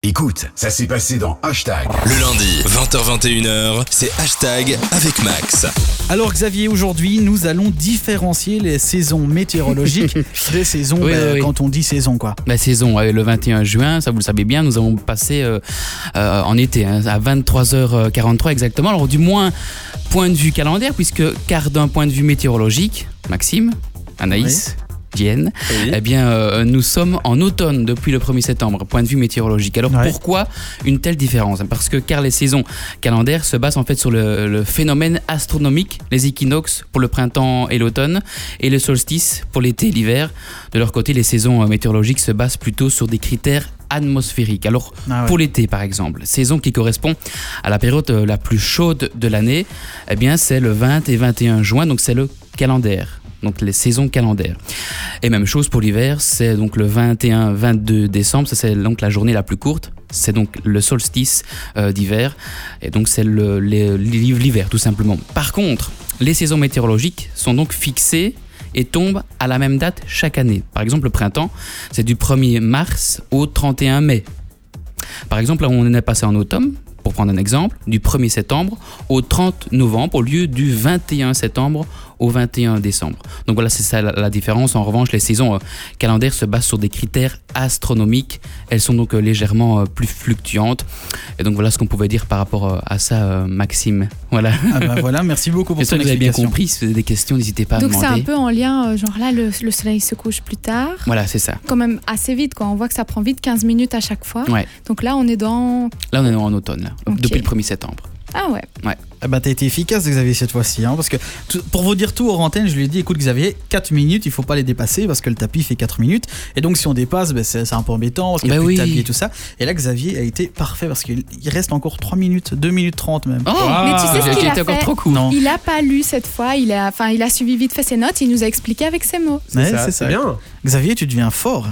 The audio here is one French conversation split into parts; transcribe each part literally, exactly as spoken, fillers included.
Écoute, ça s'est passé dans Hashtag. Le lundi, vingt heures vingt et une heures, c'est Hashtag avec Max. Alors Xavier, aujourd'hui, nous allons différencier les saisons météorologiques des saisons, oui, bah, oui, oui. quand on dit saison, quoi. La saison, ouais, le vingt et un juin, ça vous le savez bien, nous avons passé euh, euh, en été, hein, à vingt-trois heures quarante-trois exactement. Alors du moins, point de vue calendaire, puisque car d'un point de vue météorologique, Maxime, Anaïs... Oui. Dienne, oui. eh bien, euh, nous sommes en automne depuis le premier septembre, point de vue météorologique. Alors ouais. Pourquoi une telle différence ? Parce que car les saisons calendaires se basent en fait sur le, le phénomène astronomique, les équinoxes pour le printemps et l'automne, et le solstice pour l'été et l'hiver. De leur côté, les saisons météorologiques se basent plutôt sur des critères atmosphériques. Alors, ah ouais. Pour l'été, par exemple, saison qui correspond à la période la plus chaude de l'année, eh bien, c'est le vingt et vingt et un juin, donc c'est le calendaire. Donc les saisons calendaires. Et même chose pour l'hiver, c'est donc le vingt et un vingt-deux décembre, ça c'est donc la journée la plus courte, c'est donc le solstice euh, d'hiver, et donc c'est le, le, l'hiver tout simplement. Par contre, les saisons météorologiques sont donc fixées et tombent à la même date chaque année. Par exemple, le printemps, c'est du premier mars au trente et un mai. Par exemple, là on est passé en automne, pour prendre un exemple, du premier septembre au trente novembre au lieu du vingt et un septembre au vingt et un décembre. Donc voilà, c'est ça la, la différence. En revanche, les saisons euh, calendaires se basent sur des critères astronomiques. Elles sont donc euh, légèrement euh, plus fluctuantes. Et donc voilà ce qu'on pouvait dire par rapport euh, à ça, euh, Maxime. Voilà. Ah bah voilà, merci beaucoup pour ton explication. J'espère que vous avez bien compris. Si vous avez des questions, n'hésitez pas à donc demander. Donc c'est un peu en lien, euh, genre là, le, le soleil se couche plus tard. Voilà, c'est ça. Quand même assez vite, quoi. On voit que ça prend vite quinze minutes à chaque fois. Ouais. Donc là, on est dans... Là, on est en automne, là, okay. Depuis le premier septembre. Ah ouais. Ouais. Eh ben, t'as été efficace, Xavier, cette fois-ci, hein, parce que t- pour vous dire tout hors antenne, je lui ai dit, écoute Xavier, quatre minutes, il faut pas les dépasser parce que le tapis fait quatre minutes, et donc si on dépasse, ben, c'est, c'est un peu embêtant parce qu'il n'y a ben plus oui. de tapis et tout ça. Et là, Xavier a été parfait parce qu'il reste encore trois minutes, deux minutes trente même. Oh, wow. Mais tu sais ce qu'il a fait encore trop cool. Il a pas lu cette fois, il a, enfin, il a suivi vite fait ses notes, il nous a expliqué avec ses mots. C'est, ouais, ça, c'est, c'est ça. bien. Xavier, tu deviens fort.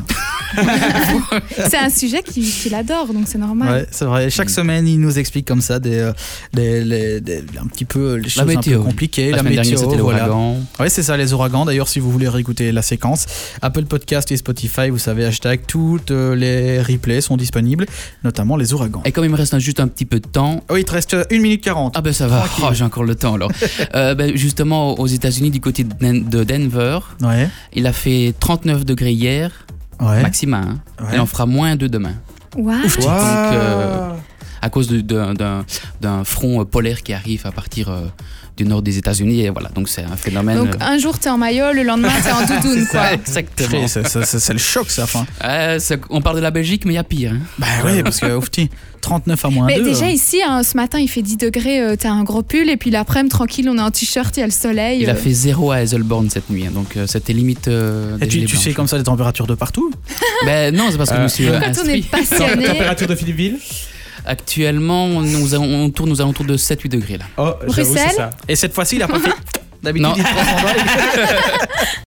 C'est un sujet qu'il, qu'il adore, donc c'est normal. Ouais, c'est vrai. Chaque mmh. semaine, il nous explique comme ça des, des, des, des un petit peu les choses un peu compliquées. La, la météo, météo, c'était voilà. l'ouragan. Ouais, c'est ça, les ouragans. D'ailleurs, si vous voulez réécouter la séquence, Apple Podcast et Spotify, vous savez, hashtag, toutes les replays sont disponibles, notamment les ouragans. Et comme il me reste juste un petit peu de temps. Oui, il te reste une minute quarante. Ah ben ça va. Oh, j'ai encore le temps alors. euh, ben, justement, aux États-Unis, du côté de Denver, ouais. Il a fait trente-neuf degrés hier. Ouais. Maximum, hein. Ouais. Il en fera moins deux demain. Wow. Ouf, donc, euh, à cause de, de, d'un, d'un front polaire qui arrive à partir euh, du nord des États-Unis, et voilà, donc c'est un phénomène. Donc un jour t'es en maillot, le lendemain t'es en doudoune, quoi. Ça, exactement. C'est, c'est, c'est, c'est le choc, ça. Fin. Euh, on parle de la Belgique, mais il y a pire. Hein. Bah oui, parce que ouf, trente-neuf à moins mais deux. Mais déjà euh... ici, hein, ce matin, il fait dix degrés, euh, t'as un gros pull, et puis l'après-midi, tranquille, on est en t-shirt, il y a le soleil. Il euh... a fait zéro à Hazelborn cette nuit, hein, donc euh, c'était limite. Euh, et tu, tu sais comme ça les températures de partout ? Ben non, c'est parce que euh, je me suis Quand instruit. on est passionné. La température de Philippeville ? Actuellement, on, on tourne aux alentours de sept à huit degrés là. Oh, j'avoue, c'est ça. Et cette fois-ci, il a pas fait. D'habitude, non. il prend son